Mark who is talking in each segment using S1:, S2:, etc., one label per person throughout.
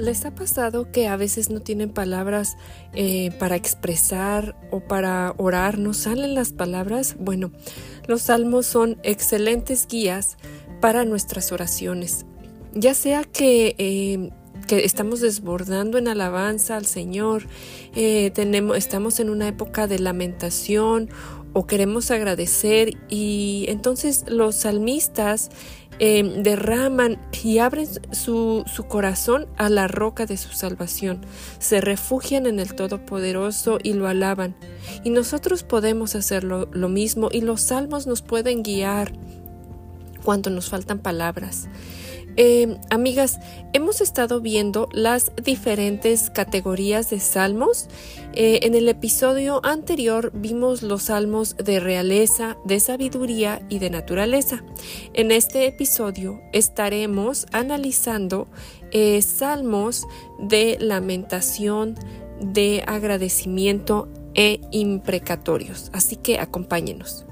S1: ¿Les ha pasado que a veces no tienen palabras para expresar o para orar? ¿No salen las palabras? Bueno, los salmos son excelentes guías para nuestras oraciones. Ya sea que estamos desbordando en alabanza al Señor, estamos en una época de lamentación o queremos agradecer, y entonces los salmistas derraman y abren su corazón a la roca de su salvación. Se refugian en el Todopoderoso y lo alaban. Y nosotros podemos hacer lo mismo, y los salmos nos pueden guiar cuando nos faltan palabras. Amigas, hemos estado viendo las diferentes categorías de salmos. En el episodio anterior vimos los salmos de realeza, de sabiduría y de naturaleza. En este episodio estaremos analizando salmos de lamentación, de agradecimiento e imprecatorios. Así que acompáñenos.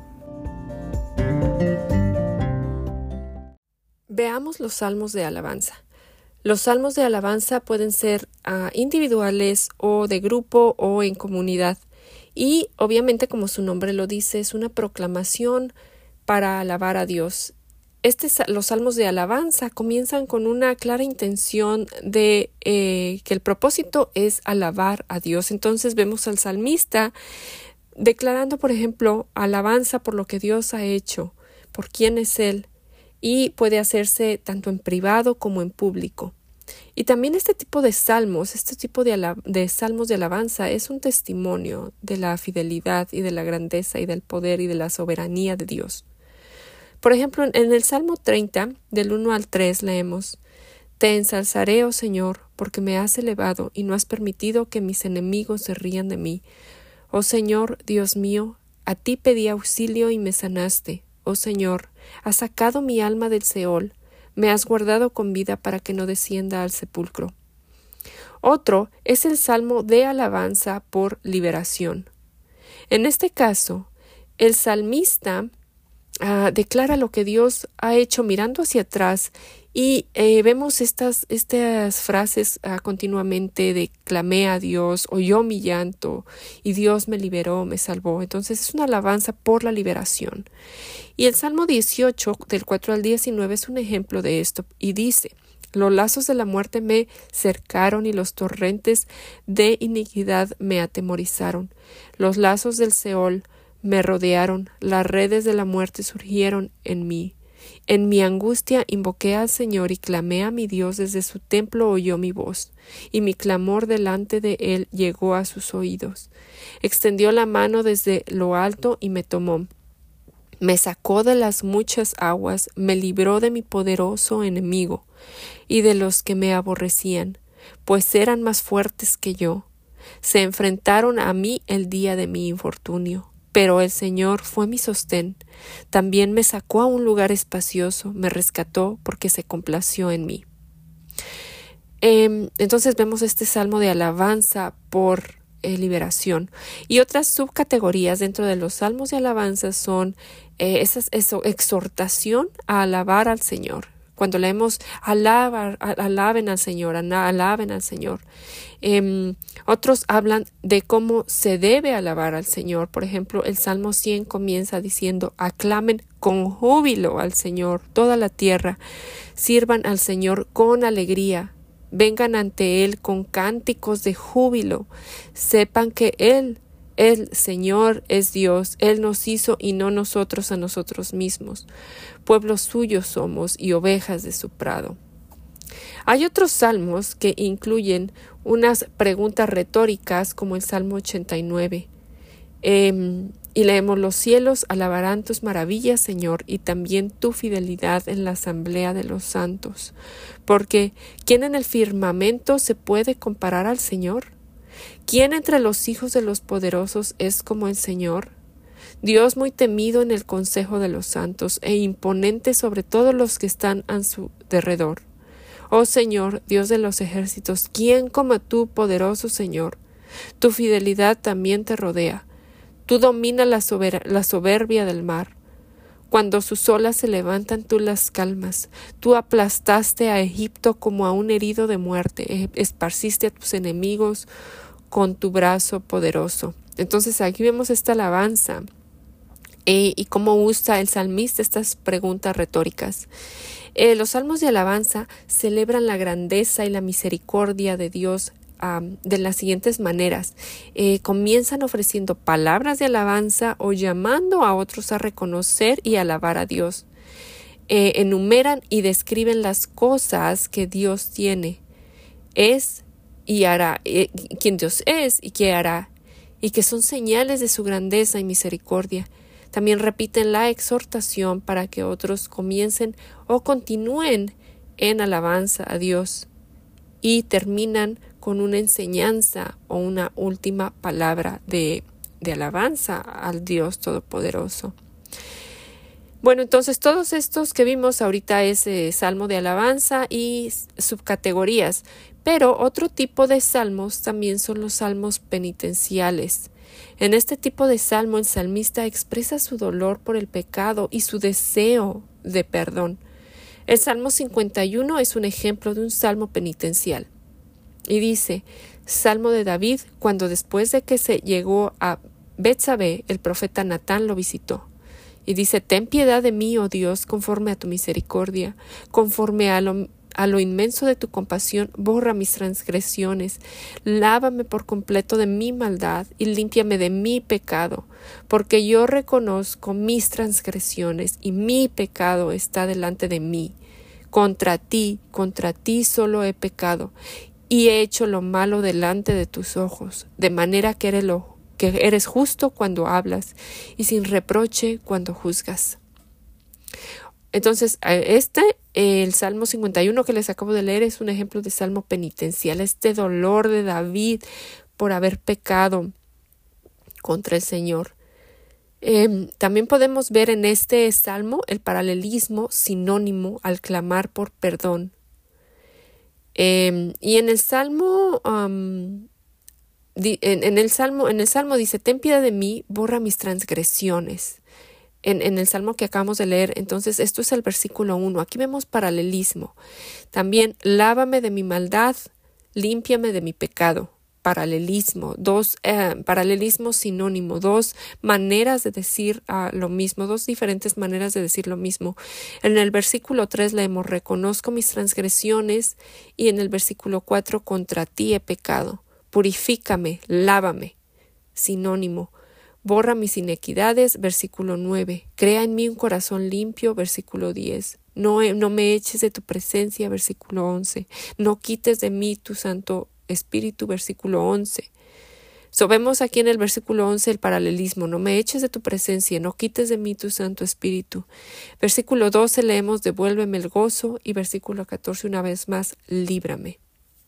S1: Veamos los salmos de alabanza. Los salmos de alabanza pueden ser individuales o de grupo o en comunidad. Y obviamente, como su nombre lo dice, es una proclamación para alabar a Dios. Los salmos de alabanza comienzan con una clara intención de que el propósito es alabar a Dios. Entonces vemos al salmista declarando, por ejemplo, alabanza por lo que Dios ha hecho, por quién es Él. Y puede hacerse tanto en privado como en público. Y también este tipo de salmos, de salmos de alabanza es un testimonio de la fidelidad y de la grandeza y del poder y de la soberanía de Dios. Por ejemplo, en el Salmo 30, del 1 al 3, leemos: Te ensalzaré, oh Señor, porque me has elevado y no has permitido que mis enemigos se rían de mí. Oh Señor, Dios mío, a ti pedí auxilio y me sanaste. Oh Señor, has sacado mi alma del Seol, me has guardado con vida para que no descienda al sepulcro. Otro es el salmo de alabanza por liberación. En este caso, el salmista declara lo que Dios ha hecho mirando hacia atrás, y vemos estas frases continuamente de clamé a Dios, oyó mi llanto y Dios me liberó, me salvó. Entonces es una alabanza por la liberación. Y el Salmo 18 del 4 al 19 es un ejemplo de esto, y dice: Los lazos de la muerte me cercaron y los torrentes de iniquidad me atemorizaron. Los lazos del Seol me rodearon, las redes de la muerte surgieron en mí. En mi angustia invoqué al Señor y clamé a mi Dios, desde su templo oyó mi voz, y mi clamor delante de él llegó a sus oídos. Extendió la mano desde lo alto y me tomó. Me sacó de las muchas aguas, me libró de mi poderoso enemigo y de los que me aborrecían, pues eran más fuertes que yo. Se enfrentaron a mí el día de mi infortunio. Pero el Señor fue mi sostén. También me sacó a un lugar espacioso, me rescató porque se complació en mí. Entonces vemos este salmo de alabanza por liberación. Y otras subcategorías dentro de los salmos de alabanza son exhortación a alabar al Señor. Cuando leemos alaben al Señor, alaben al Señor. Otros hablan de cómo se debe alabar al Señor. Por ejemplo, el Salmo 100 comienza diciendo: aclamen con júbilo al Señor toda la tierra, sirvan al Señor con alegría, vengan ante Él con cánticos de júbilo, sepan que Él, el Señor, es Dios. Él nos hizo y no nosotros a nosotros mismos. Pueblo suyo somos y ovejas de su prado. Hay otros salmos que incluyen unas preguntas retóricas, como el Salmo 89. Y leemos: los cielos alabarán tus maravillas, Señor, y también tu fidelidad en la asamblea de los santos. Porque ¿quién en el firmamento se puede comparar al Señor? ¿Quién entre los hijos de los poderosos es como el Señor? Dios muy temido en el consejo de los santos e imponente sobre todos los que están a su derredor. Oh Señor, Dios de los ejércitos, ¿quién como tú, poderoso Señor? Tu fidelidad también te rodea. Tú dominas la soberbia del mar. Cuando sus olas se levantan, tú las calmas. Tú aplastaste a Egipto como a un herido de muerte. Esparciste a tus enemigos con tu brazo poderoso. Entonces aquí vemos esta alabanza y cómo usa el salmista estas preguntas retóricas. Los salmos de alabanza celebran la grandeza y la misericordia de Dios de las siguientes maneras. Comienzan ofreciendo palabras de alabanza o llamando a otros a reconocer y alabar a Dios. Enumeran y describen las cosas que Dios tiene, es y hará, quién Dios es y qué hará, y que son señales de su grandeza y misericordia. También repiten la exhortación para que otros comiencen o continúen en alabanza a Dios, y terminan con una enseñanza o una última palabra de alabanza al Dios Todopoderoso. Bueno, entonces todos estos que vimos ahorita es salmo de alabanza y subcategorías, pero otro tipo de salmos también son los salmos penitenciales. En este tipo de salmo el salmista expresa su dolor por el pecado y su deseo de perdón. El Salmo 51 es un ejemplo de un salmo penitencial. Y dice, Salmo de David, cuando después de que se llegó a Betsabé, el profeta Natán lo visitó. Y dice, ten piedad de mí, oh Dios, conforme a tu misericordia, conforme a lo inmenso de tu compasión, borra mis transgresiones, lávame por completo de mi maldad y límpiame de mi pecado, porque yo reconozco mis transgresiones y mi pecado está delante de mí. Contra ti solo he pecado y he hecho lo malo delante de tus ojos, de manera que eres justo cuando hablas y sin reproche cuando juzgas. Entonces, el Salmo 51 que les acabo de leer es un ejemplo de salmo penitencial, este dolor de David por haber pecado contra el Señor. También podemos ver en este salmo el paralelismo sinónimo al clamar por perdón. Y en el salmo en el salmo dice, ten piedad de mí, borra mis transgresiones. En el salmo que acabamos de leer, entonces esto es el versículo 1. Aquí vemos paralelismo. También, lávame de mi maldad, límpiame de mi pecado. Paralelismo, paralelismo sinónimo, dos maneras de decir lo mismo, dos diferentes maneras de decir lo mismo. En el versículo 3 leemos, reconozco mis transgresiones, y en el versículo 4, contra ti he pecado. Purifícame, lávame. Sinónimo. Borra mis inequidades, versículo 9. Crea en mí un corazón limpio, versículo 10. No me eches de tu presencia, versículo 11. No quites de mí tu Santo Espíritu, versículo 11. Vemos aquí en el versículo 11 el paralelismo. No me eches de tu presencia, no quites de mí tu Santo Espíritu. Versículo 12 leemos, devuélveme el gozo, y versículo 14 una vez más, líbrame.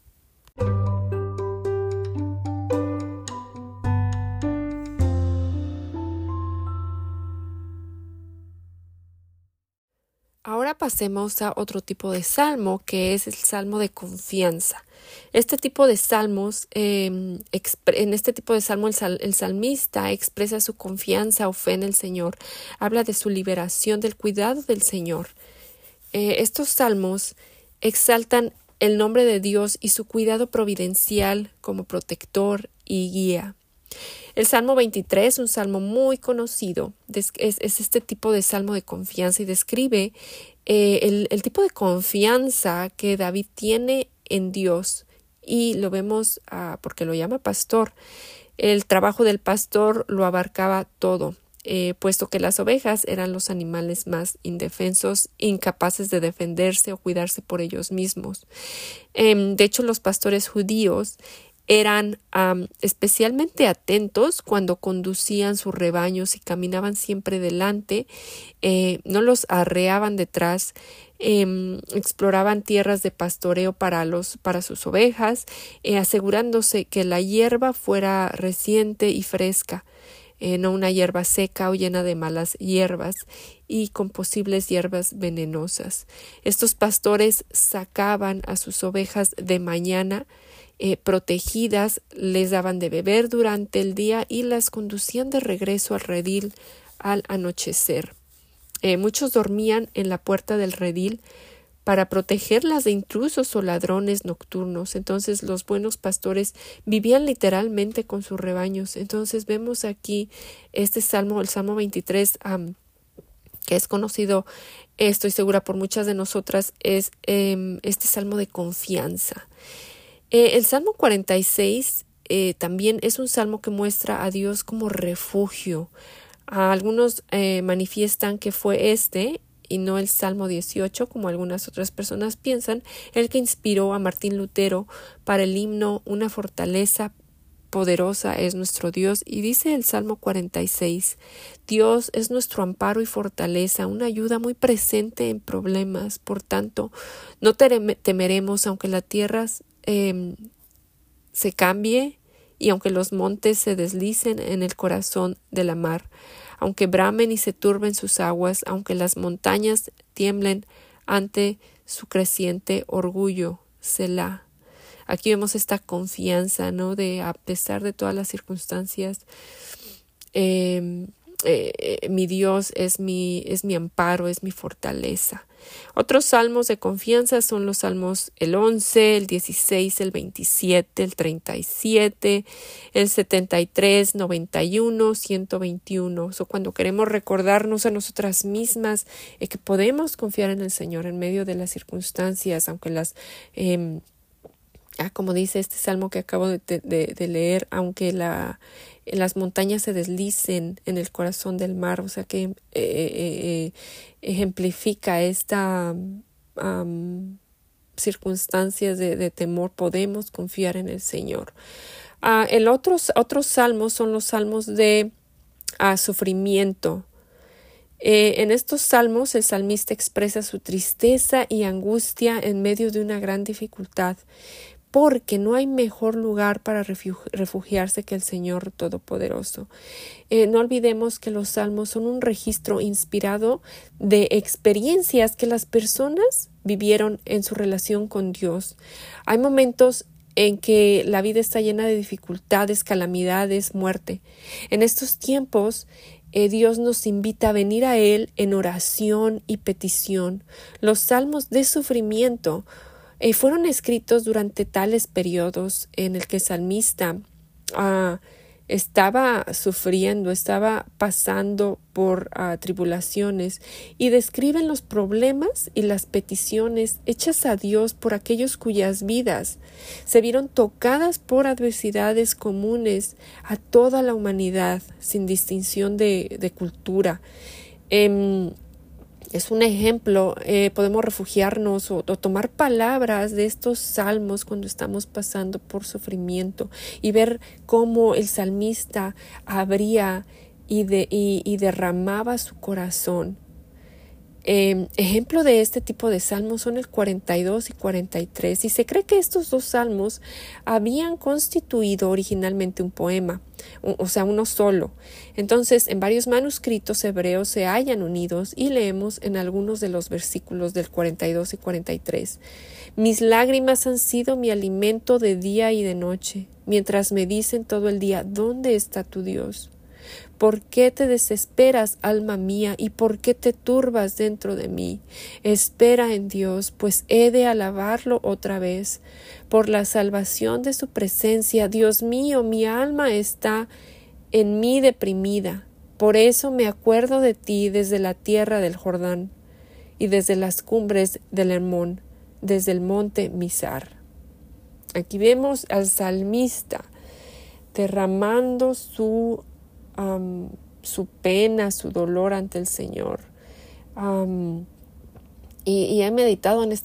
S1: Ahora pasemos a otro tipo de salmo, que es el salmo de confianza. Este tipo de salmos, en este tipo de salmo el salmista expresa su confianza o fe en el Señor, habla de su liberación, del cuidado del Señor. Estos salmos exaltan el nombre de Dios y su cuidado providencial como protector y guía. El Salmo 23, un salmo muy conocido, es este tipo de salmo de confianza y describe el tipo de confianza que David tiene en Dios, y lo vemos porque lo llama pastor. El trabajo del pastor lo abarcaba todo, puesto que las ovejas eran los animales más indefensos, incapaces de defenderse o cuidarse por ellos mismos. De hecho, los pastores judíos eran especialmente atentos cuando conducían sus rebaños y caminaban siempre delante, no los arreaban detrás, exploraban tierras de pastoreo para sus ovejas, asegurándose que la hierba fuera reciente y fresca, no una hierba seca o llena de malas hierbas y con posibles hierbas venenosas. Estos pastores sacaban a sus ovejas de mañana, protegidas, les daban de beber durante el día y las conducían de regreso al redil al anochecer. Muchos dormían en la puerta del redil para protegerlas de intrusos o ladrones nocturnos. Entonces los buenos pastores vivían literalmente con sus rebaños. Entonces vemos aquí este salmo, el Salmo 23, que es conocido, estoy segura por muchas de nosotras, es este salmo de confianza. El Salmo 46 también es un salmo que muestra a Dios como refugio. Algunos manifiestan que fue y no el Salmo 18, como algunas otras personas piensan, el que inspiró a Martín Lutero para el himno Una fortaleza poderosa es nuestro Dios. Y dice el Salmo 46, Dios es nuestro amparo y fortaleza, una ayuda muy presente en problemas. Por tanto, no temeremos aunque la tierra se cambie y aunque los montes se deslicen en el corazón de la mar, aunque bramen y se turben sus aguas, aunque las montañas tiemblen ante su creciente orgullo. Selah. Aquí vemos esta confianza, ¿no? De a pesar de todas las circunstancias, mi Dios es mi amparo, es mi fortaleza. Otros salmos de confianza son los salmos el 11, el 16, el 27, el 37, el 73, 91, 121. Cuando queremos recordarnos a nosotras mismas que podemos confiar en el Señor en medio de las circunstancias, aunque las como dice este salmo que acabo de leer, aunque las montañas se deslicen en el corazón del mar, o sea que ejemplifica esta circunstancias de temor, podemos confiar en el Señor. Otros salmos son los salmos de sufrimiento. En estos salmos el salmista expresa su tristeza y angustia en medio de una gran dificultad, porque no hay mejor lugar para refugiarse que el Señor Todopoderoso. No olvidemos que los salmos son un registro inspirado de experiencias que las personas vivieron en su relación con Dios. Hay momentos en que la vida está llena de dificultades, calamidades, muerte. En estos tiempos, Dios nos invita a venir a Él en oración y petición. Los salmos de sufrimiento fueron escritos durante tales periodos en el que el salmista estaba sufriendo, estaba pasando por tribulaciones, y describen los problemas y las peticiones hechas a Dios por aquellos cuyas vidas se vieron tocadas por adversidades comunes a toda la humanidad sin distinción de cultura. Es un ejemplo, podemos refugiarnos o tomar palabras de estos salmos cuando estamos pasando por sufrimiento y ver cómo el salmista abría y derramaba su corazón. Ejemplo de este tipo de salmos son el 42 y 43, y se cree que estos dos salmos habían constituido originalmente un poema, o sea, uno solo. Entonces, en varios manuscritos hebreos se hallan unidos y leemos en algunos de los versículos del 42 y 43. Mis lágrimas han sido mi alimento de día y de noche, mientras me dicen todo el día, ¿dónde está tu Dios? ¿Por qué te desesperas, alma mía, y por qué te turbas dentro de mí? Espera en Dios, pues he de alabarlo otra vez. Por la salvación de su presencia, Dios mío, mi alma está en mí deprimida. Por eso me acuerdo de ti desde la tierra del Jordán y desde las cumbres del Hermón, desde el monte Mizar. Aquí vemos al salmista derramando su pena, su dolor ante el Señor. Y he meditado en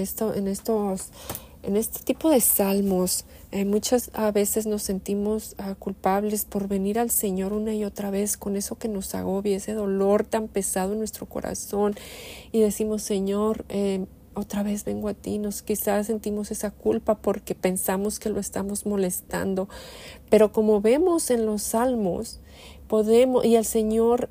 S1: este tipo de salmos. Muchas veces nos sentimos culpables por venir al Señor una y otra vez con eso que nos agobia, ese dolor tan pesado en nuestro corazón, y decimos, Señor, otra vez vengo a ti. Quizás sentimos esa culpa porque pensamos que lo estamos molestando, pero como vemos en los salmos, y el Señor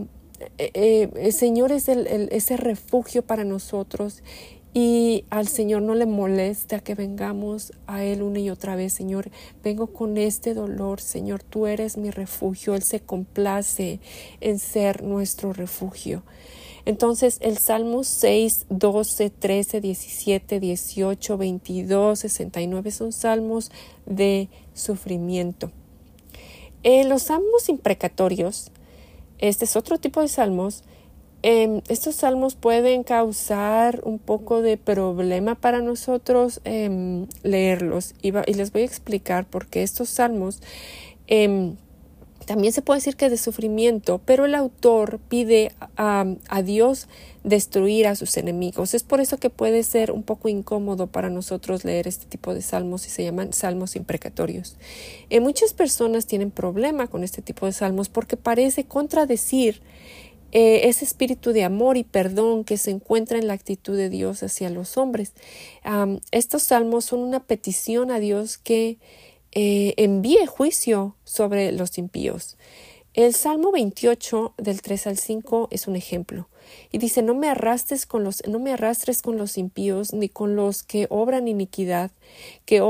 S1: es ese refugio para nosotros, y al Señor no le molesta que vengamos a Él una y otra vez. Señor, vengo con este dolor, Señor, tú eres mi refugio. Él se complace en ser nuestro refugio. Entonces, el Salmo 6, 12, 13, 17, 18, 22, 69 son salmos de sufrimiento. Los salmos imprecatorios, este es otro tipo de salmos. Estos salmos pueden causar un poco de problema para nosotros leerlos y les voy a explicar por qué estos salmos también se puede decir que es de sufrimiento, pero el autor pide a Dios destruir a sus enemigos. Es por eso que puede ser un poco incómodo para nosotros leer este tipo de salmos y se llaman salmos imprecatorios. Muchas personas tienen problema con este tipo de salmos porque parece contradecir ese espíritu de amor y perdón que se encuentra en la actitud de Dios hacia los hombres. Estos salmos son una petición a Dios que envíe juicio sobre los impíos. El Salmo 28 del 3 al 5 es un ejemplo y dice: no me arrastres con los impíos ni con los que obran iniquidad, que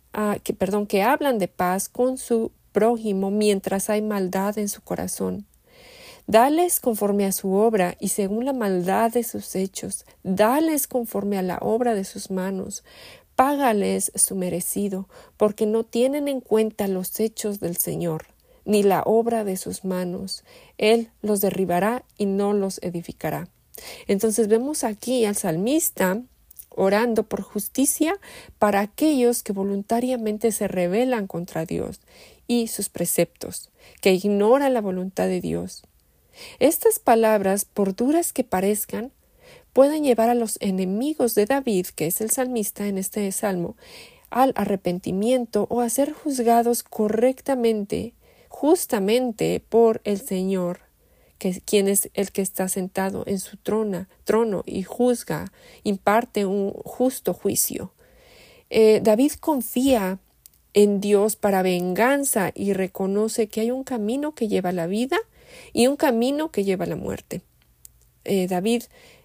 S1: hablan de paz con su prójimo mientras hay maldad en su corazón. Dales conforme a su obra y según la maldad de sus hechos, dales conforme a la obra de sus manos. Págales su merecido, porque no tienen en cuenta los hechos del Señor, ni la obra de sus manos. Él los derribará y no los edificará. Entonces vemos aquí al salmista orando por justicia para aquellos que voluntariamente se rebelan contra Dios y sus preceptos, que ignoran la voluntad de Dios. Estas palabras, por duras que parezcan, pueden llevar a los enemigos de David, que es el salmista en este salmo, al arrepentimiento o a ser juzgados correctamente, justamente por el Señor, quien es el que está sentado en su trono y juzga, imparte un justo juicio. David confía en Dios para venganza y reconoce que hay un camino que lleva a la vida y un camino que lleva a la muerte. David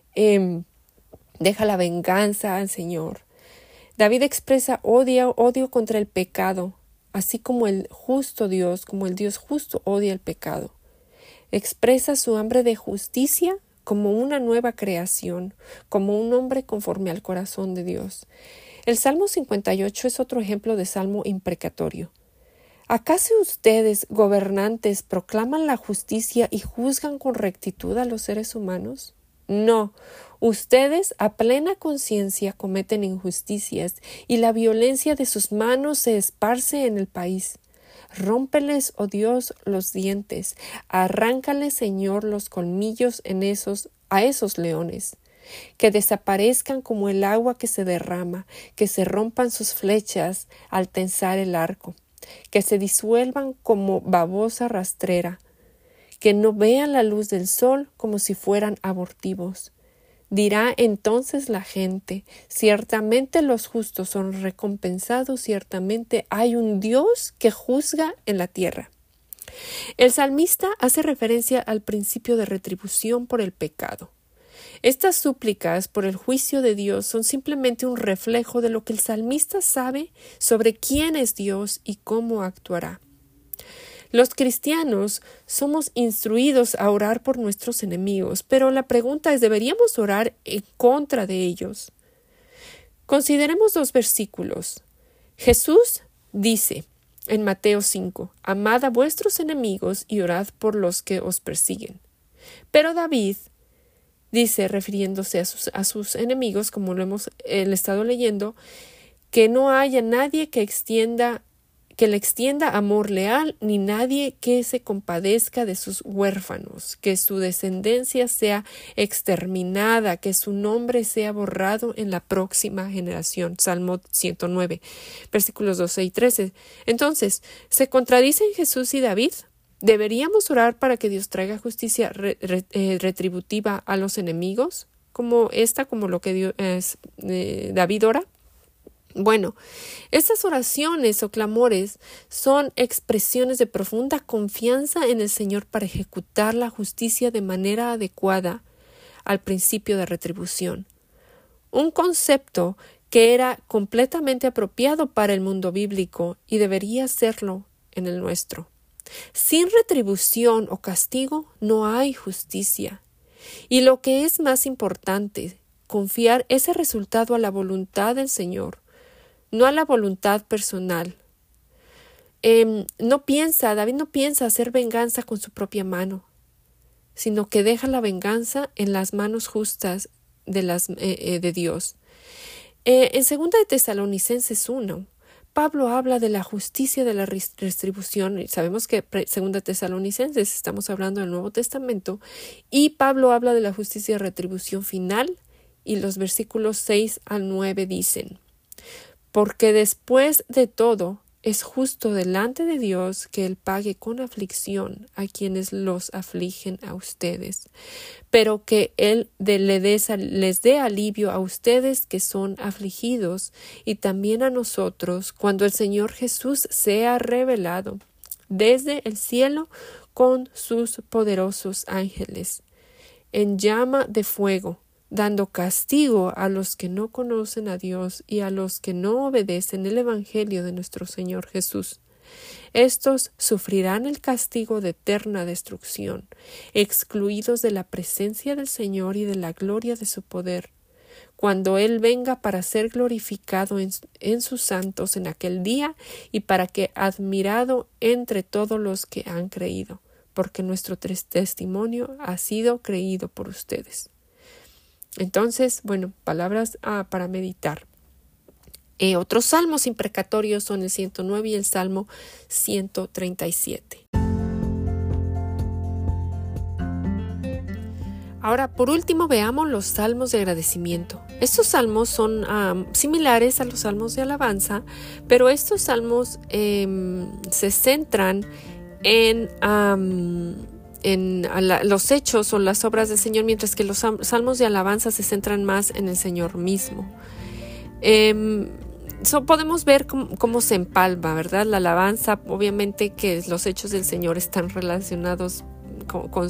S1: deja la venganza al Señor. David expresa odio contra el pecado, así como el justo Dios, como el Dios justo odia el pecado. Expresa su hambre de justicia como una nueva creación, como un hombre conforme al corazón de Dios. El Salmo 58 es otro ejemplo de salmo imprecatorio. ¿Acaso ustedes, gobernantes, proclaman la justicia y juzgan con rectitud a los seres humanos? No, ustedes a plena conciencia cometen injusticias y la violencia de sus manos se esparce en el país. Rómpeles, oh Dios, los dientes, arráncales, Señor, los colmillos a esos leones. Que desaparezcan como el agua que se derrama, que se rompan sus flechas al tensar el arco, que se disuelvan como babosa rastrera, que no vean la luz del sol como si fueran abortivos. Dirá entonces la gente: ciertamente los justos son recompensados, ciertamente hay un Dios que juzga en la tierra. El salmista hace referencia al principio de retribución por el pecado. Estas súplicas por el juicio de Dios son simplemente un reflejo de lo que el salmista sabe sobre quién es Dios y cómo actuará. Los cristianos somos instruidos a orar por nuestros enemigos, pero la pregunta es: ¿deberíamos orar en contra de ellos? Consideremos 2 versículos. Jesús dice en Mateo 5: amad a vuestros enemigos y orad por los que os persiguen. Pero David dice, refiriéndose a sus enemigos, como lo hemos estado leyendo, que no haya nadie que le extienda amor leal, ni nadie que se compadezca de sus huérfanos, que su descendencia sea exterminada, que su nombre sea borrado en la próxima generación. Salmo 109, versículos 12 y 13. Entonces, ¿se contradicen Jesús y David? ¿Deberíamos orar para que Dios traiga justicia retributiva a los enemigos, como lo que David ora? Bueno, estas oraciones o clamores son expresiones de profunda confianza en el Señor para ejecutar la justicia de manera adecuada al principio de retribución. Un concepto que era completamente apropiado para el mundo bíblico y debería serlo en el nuestro. Sin retribución o castigo no hay justicia. Y lo que es más importante, confiar ese resultado a la voluntad del Señor, no a la voluntad personal. David no piensa hacer venganza con su propia mano, sino que deja la venganza en las manos justas de Dios. En 2 de Tesalonicenses 1, Pablo habla de la justicia de la retribución. Sabemos que 2 de Tesalonicenses estamos hablando del Nuevo Testamento, y Pablo habla de la justicia de retribución final, y los versículos 6 al 9 dicen: porque después de todo es justo delante de Dios que Él pague con aflicción a quienes los afligen a ustedes, pero que Él les dé alivio a ustedes que son afligidos, y también a nosotros, cuando el Señor Jesús sea revelado desde el cielo con sus poderosos ángeles, en llama de fuego, dando castigo a los que no conocen a Dios y a los que no obedecen el Evangelio de nuestro Señor Jesús. Estos sufrirán el castigo de eterna destrucción, excluidos de la presencia del Señor y de la gloria de su poder, cuando Él venga para ser glorificado en sus santos en aquel día, y para que admirado entre todos los que han creído, porque nuestro testimonio ha sido creído por ustedes. Entonces, palabras para meditar. Otros salmos imprecatorios son el 109 y el Salmo 137. Ahora, por último, veamos los salmos de agradecimiento. Estos salmos son similares a los salmos de alabanza, pero estos salmos se centran en los hechos o las obras del Señor, mientras que los salmos de alabanza se centran más en el Señor mismo. Podemos ver cómo se empalma, ¿verdad? La alabanza, obviamente que los hechos del Señor están relacionados con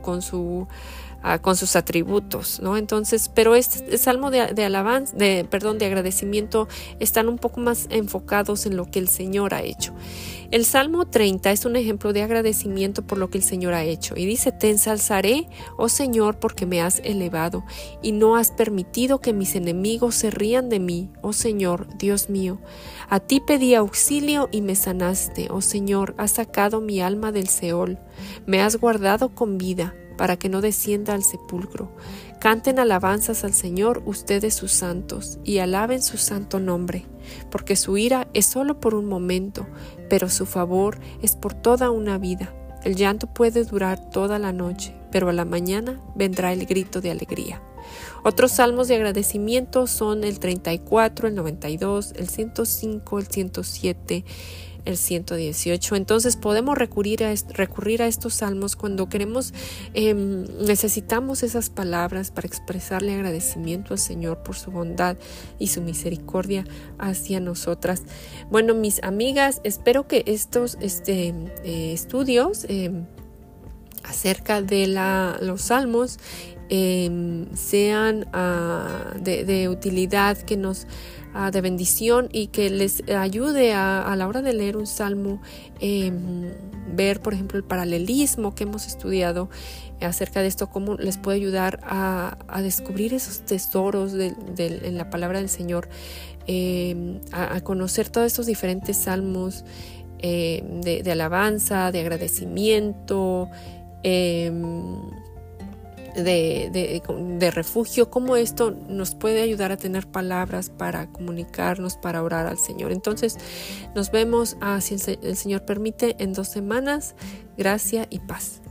S1: sus atributos, ¿no? Entonces, pero este salmo de agradecimiento están un poco más enfocados en lo que el Señor ha hecho. El Salmo 30 es un ejemplo de agradecimiento por lo que el Señor ha hecho, y dice: te ensalzaré, oh Señor, porque me has elevado y no has permitido que mis enemigos se rían de mí, oh Señor, Dios mío. A ti pedí auxilio y me sanaste, oh Señor, has sacado mi alma del Seol, me has guardado con vida, para que no descienda al sepulcro. Canten alabanzas al Señor ustedes sus santos, y alaben su santo nombre, porque su ira es solo por un momento, pero su favor es por toda una vida. El llanto puede durar toda la noche, pero a la mañana vendrá el grito de alegría. Otros salmos de agradecimiento son el 34, el 92, el 105, el 107, el 118. Entonces podemos recurrir a estos salmos cuando necesitamos esas palabras para expresarle agradecimiento al Señor por su bondad y su misericordia hacia nosotras. Bueno, mis amigas, espero que estos estudios acerca de los salmos sean de utilidad, que nos de bendición, y que les ayude a la hora de leer un salmo, ver, por ejemplo, el paralelismo que hemos estudiado acerca de esto, cómo les puede ayudar a descubrir esos tesoros en la palabra del Señor, a conocer todos estos diferentes salmos de alabanza, de agradecimiento, de refugio, cómo esto nos puede ayudar a tener palabras para comunicarnos, para orar al Señor. Entonces nos vemos, si el Señor permite, en 2 semanas. Gracia y paz.